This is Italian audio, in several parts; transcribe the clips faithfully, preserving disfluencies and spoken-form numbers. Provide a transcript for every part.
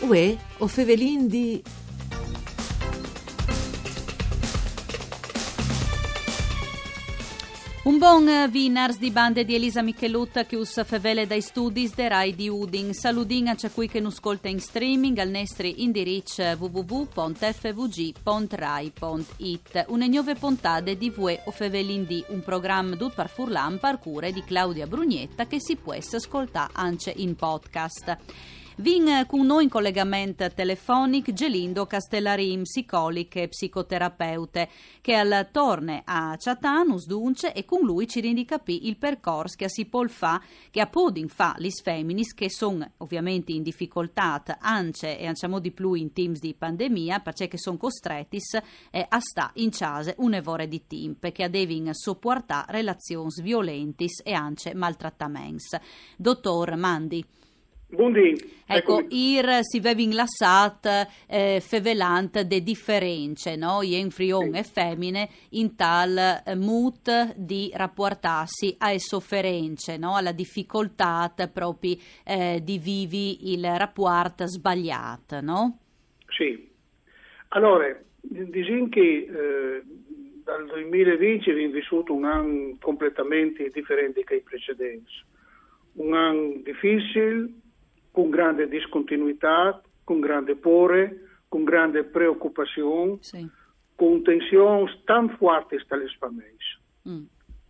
Uè, o fevelin di... Un buon vinars di bande di Elisa Michelut che us fevele dai studi de Rai di Udin. Saludin a ciò che nu ascolta in streaming al nestri indirizzo w w w punto f v g punto rai punto i t. Une nuove puntate di Vue o fevelin di un programma dut par furlan parcure di Claudia Brugnetta che si può ascoltare anche in podcast. Vin con noi in collegamento telefonico Gelindo Castellarin, psicologa e psicoterapeute, che al torne a Ciatanus dunce e con lui ci rendi capì il percorso che si può fa, che a podin fa lis feminis che sono ovviamente in difficoltà anche e anciamo di più in teams di pandemia perché sono costrettis eh, a sta in case un'evore di temp che devin sopportare relazioni violentis e anche maltrattamenti. Dottor Mandi. Buondì. Ecco, ir si vevin lassat eh, fevelant de differenze, no? In frion sì. E femmine in tal eh, mood di rapportarsi alle sofferenze, no? Alla difficoltà proprio eh, di vivi il rapporto sbagliato, no? Sì. Allora, diciamo che eh, dal duemilaventi abbiamo vissuto un anno completamente differente che i precedenti. Un anno difficile, con grande discontinuità, con grande paura, con grande preoccupazione, sì. Con tensioni tan forti tra le famiglie. Mm.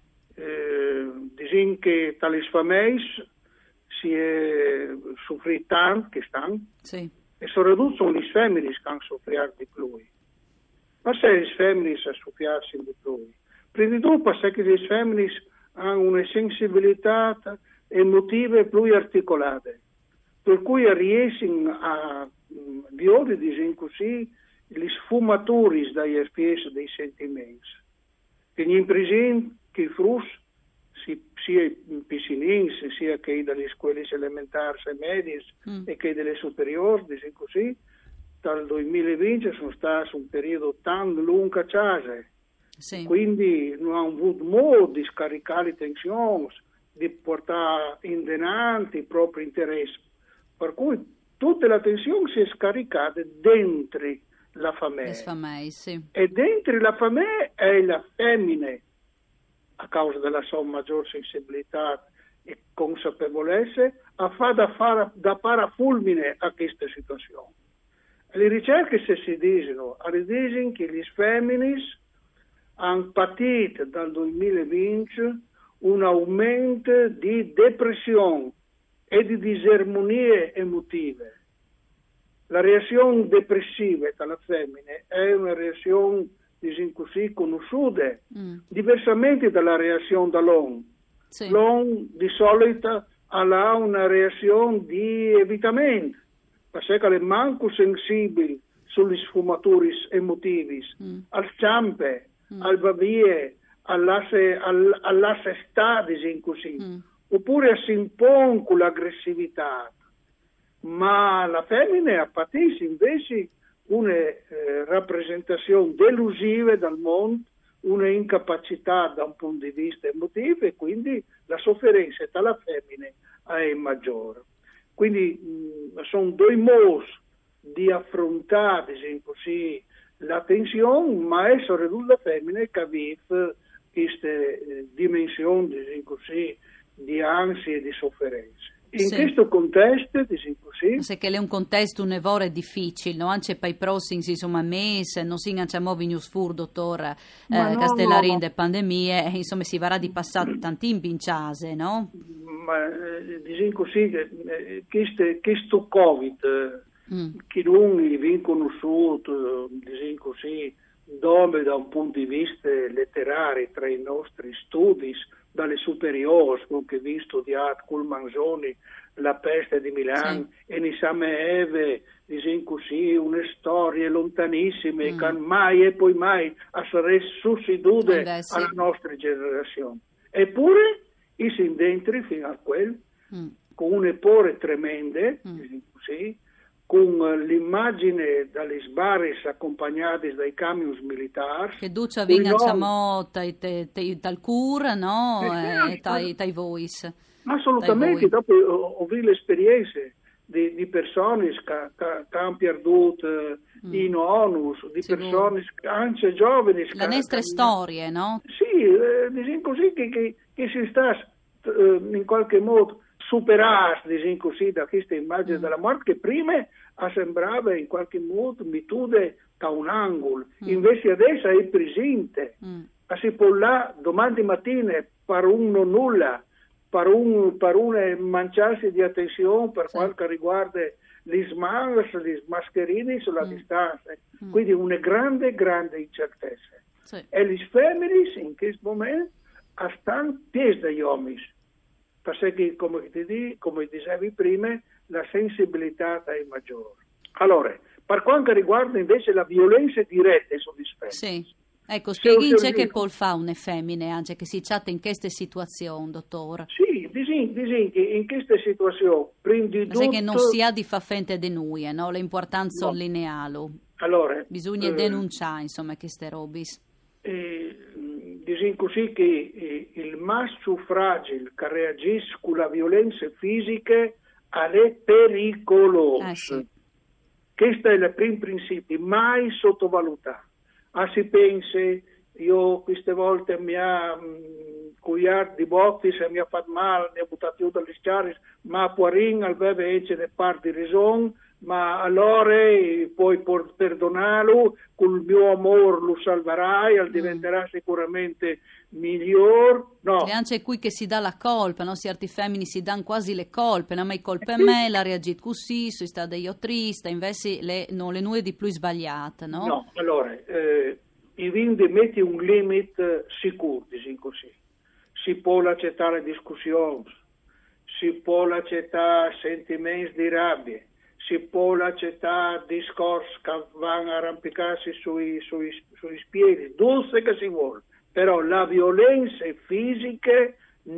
Eh, diciamo che tra le famiglie si è soffrito tanto, che stanno, sì. E soprattutto sono le femmine che hanno soffrito di più. Ma se le femmine hanno soffrito di più? Prima di tutto perché le femmine hanno una sensibilità emotiva più articolata, per cui riescono a violare, diciamo così, le sfumature dagli spesi dei sentimenti. Che in presente che i frus, sia i piscininsi, sia che dalle scuole elementari e medie mm. e che delle superiori, diciamo così, dal duemilaventi sono stati un periodo tanto lungo a casa. Sì. Quindi non hanno avuto modo di scaricare le tensioni, di portare in denanti i propri interessi. Per cui tutta la tensione si è scaricata dentro la famiglia. Famiglie, sì. E dentro la famiglia è la femmina, a causa della sua maggior sensibilità e consapevolezza, a fare da, fare da parafulmine a questa situazione. Le ricerche se si dicono, dicono che le femmine hanno patito dal duemilaventi un aumento di depressione e di disarmonie emotive. La reazione depressiva dalla femmina è una reazione, diciamo così, conosciuta, mm. diversamente dalla reazione dall'uomo. Sì. L'uomo di solito ha una reazione di evitamento, perché è manco sensibile sulle sfumature emotive, mm. al ciampe, mm. al bavie, all'asse, all'asse sta, diciamo così. Mm. Oppure si impone con l'aggressività, ma la femmina ha patito invece una eh, rappresentazione delusiva dal mondo, una incapacità da un punto di vista emotivo e quindi la sofferenza dalla femmina è maggiore. Quindi mh, sono due modi di affrontare, diciamo così, la tensione, ma è soprattutto la femmina che vive questa eh, dimensione, diciamo così, di ansie e di sofferenze. In sì. questo contesto, diciamo così... Se che è un contesto un evore difficile, no? Anche per i prossimi, insomma, mesi, non si lanciamo news fur, dottor eh, no, Castellarin, no, de pandemie, insomma, si varrà di passare tanti impinciase, no? Ma, eh, diciamo così, che eh, questo, questo Covid, mm. che non viene conosciuto, diciamo così, dove da un punto di vista letterario, tra i nostri studi, dalle superiori, che vi studiato col Manzoni, la peste di Milano, sì. E Nisame Eve, diciamo così, una storia lontanissima mm. che mai e poi mai essere sussidute eh sì. alla nostra generazione. Eppure, i si dentro fino a quel, mm. con une pore tremende, mm. diciamo così, con l'immagine dalle sbarre accompagnate dai camion militari. Che duce vincono dal cura, no? E dai voice. Assolutamente, dopo ho avuto l'esperienza di, di persone che, che, che hanno perduto mm. in onus, di sì, persone anche giovani. La nostre storie, no? Sì, eh, diciamo così che, che, che si sta eh, in qualche modo superato, diciamo così, da questa immagine mm. della morte che prima sembrava in qualche modo mitude da un angolo, mm. invece adesso è presente. Mm. Si può là domani mattina per un non nulla, per un, per un mangiarsi di attenzione per sì. quanto riguarda gli smas, gli mascherini sulla mm. distanza. Mm. Quindi una grande, grande incertezza. Sì. E le femmine in questo momento stanno più degli uomini, perché come ti dicevi, come dicevi prima, la sensibilità è maggiore. Allora, per quanto riguarda invece la violenza diretta sugli femmini. Sì. Ecco, spieghici che può fare una femmine, anche che si chatta in queste situazioni, dottore. Sì, disin, disin che in queste situazioni, prima di tutto... Ma che non si ha di fa fente di noi, no? L'importanza no. lineale. Allora... Bisogna eh, denunciare, insomma, queste robe. Eh, disin così che eh, il maschio fragile che reagisce con la violenza fisica è pericoloso. Eh, sì. Questo è il primo principio, mai sottovalutato. Ah, si pensa, io queste volte mi ha um, cuiato di botti, se mi ha fatto male, mi ha buttato giù dalle scale, ma Poirin aveva invece le parti di ragione, ma allora poi per perdonarlo, col mio amore lo salverai, mm. diventerà sicuramente miglior. No. E anche qui che si dà la colpa, no? Certi femmini si danno quasi le colpe, non mai colpa a me, la reagito così, sono stata io triste, invece le, no, le nuove di più sbagliate, no? No, allora, eh, i vindi metti un limite sicuro, diciamo così. Si può accettare discussioni, si può accettare sentimenti di rabbia, si può accettare discorsi che vanno a arrampicarsi sui, sui, sui piedi, dulce che si vuole. Però la violenza fisica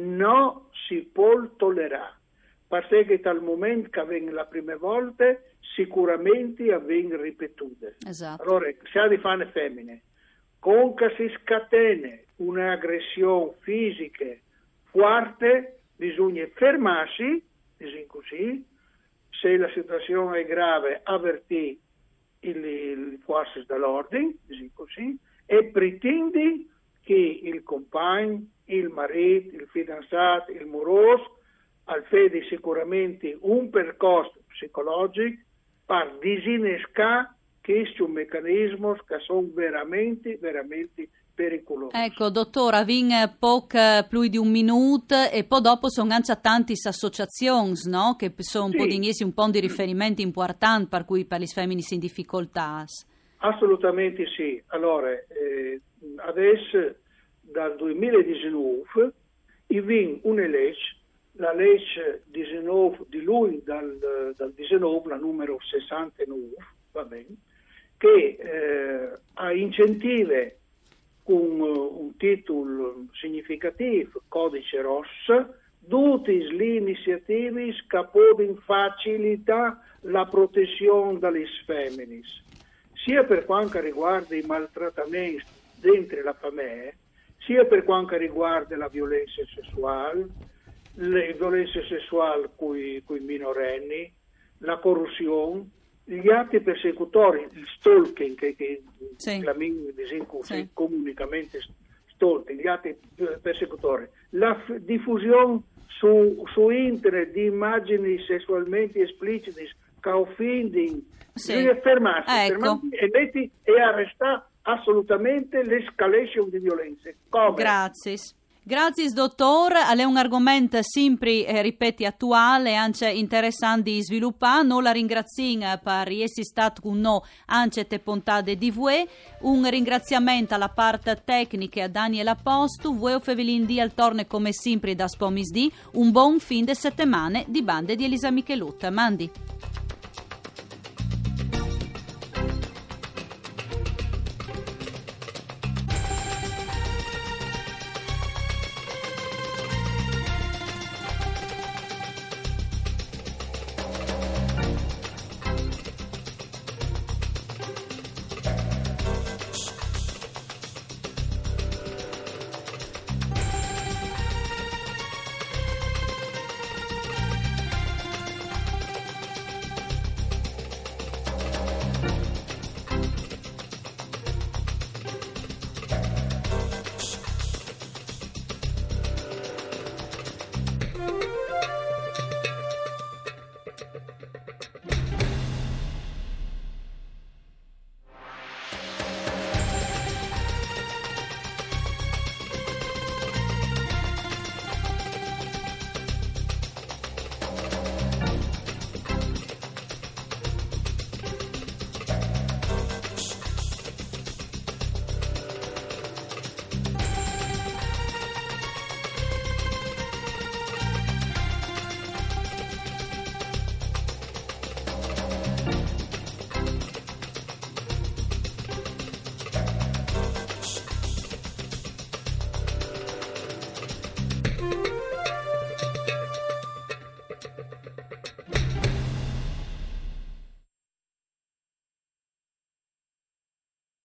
non si può tollerare, perché dal momento che avviene la prima volta sicuramente avviene ripetute. Esatto. Allora, se ha di fare femmine, con che si scatena un'aggressione fisica forte, bisogna fermarsi, diciamo così, se la situazione è grave avvertire le forze dell'ordine, diciamo così, e pretendi che il compagno, il marito, il fidanzato, il moroso, al fede sicuramente un percorso psicologico per disinnescare questi meccanismi che sono veramente, veramente pericolosi. Ecco, dottore, vin poco più di un minuto e poi dopo sono anche tante associazioni, no? Che sono un sì. po' di un po' di riferimenti importanti per cui per le femmine in difficoltà. Assolutamente sì. Allora, eh, adesso dal duemiladiciannove vi una legge, la legge diciannove di luglio dal, dal diciannove, la numero sessantanove, va bene, che eh, ha incentive con uh, un titolo significativo, Codice Rosso, tutte le iniziative che possono facilitare la protezione delle femmine, sia per quanto riguarda i maltrattamenti dentro la famiglia, sia per quanto riguarda la violenza sessuale, le violenze sessuali con i minorenni, la corruzione, gli atti persecutori, il stalking, che, che sì. sì. comunicamente stalking, gli atti persecutori, la f- diffusione su, su internet di immagini sessualmente esplicite che offendono, sì. bisogna fermarsi, ecco. fermarsi e, metti, e arrestare assolutamente l'escalation di violenze. Come? Grazie. Grazie dottor, è un argomento sempre, eh, ripeti, attuale e anche interessante di sviluppare. Noi la ringraziamo per essere stato con noi anche te puntate di voi. Un ringraziamento alla parte tecnica a Daniela Postu. Voi Fevelin di al torne come sempre da Spomisdi. Un buon fin de settimane di bande di Elisa Michelutta. Mandi.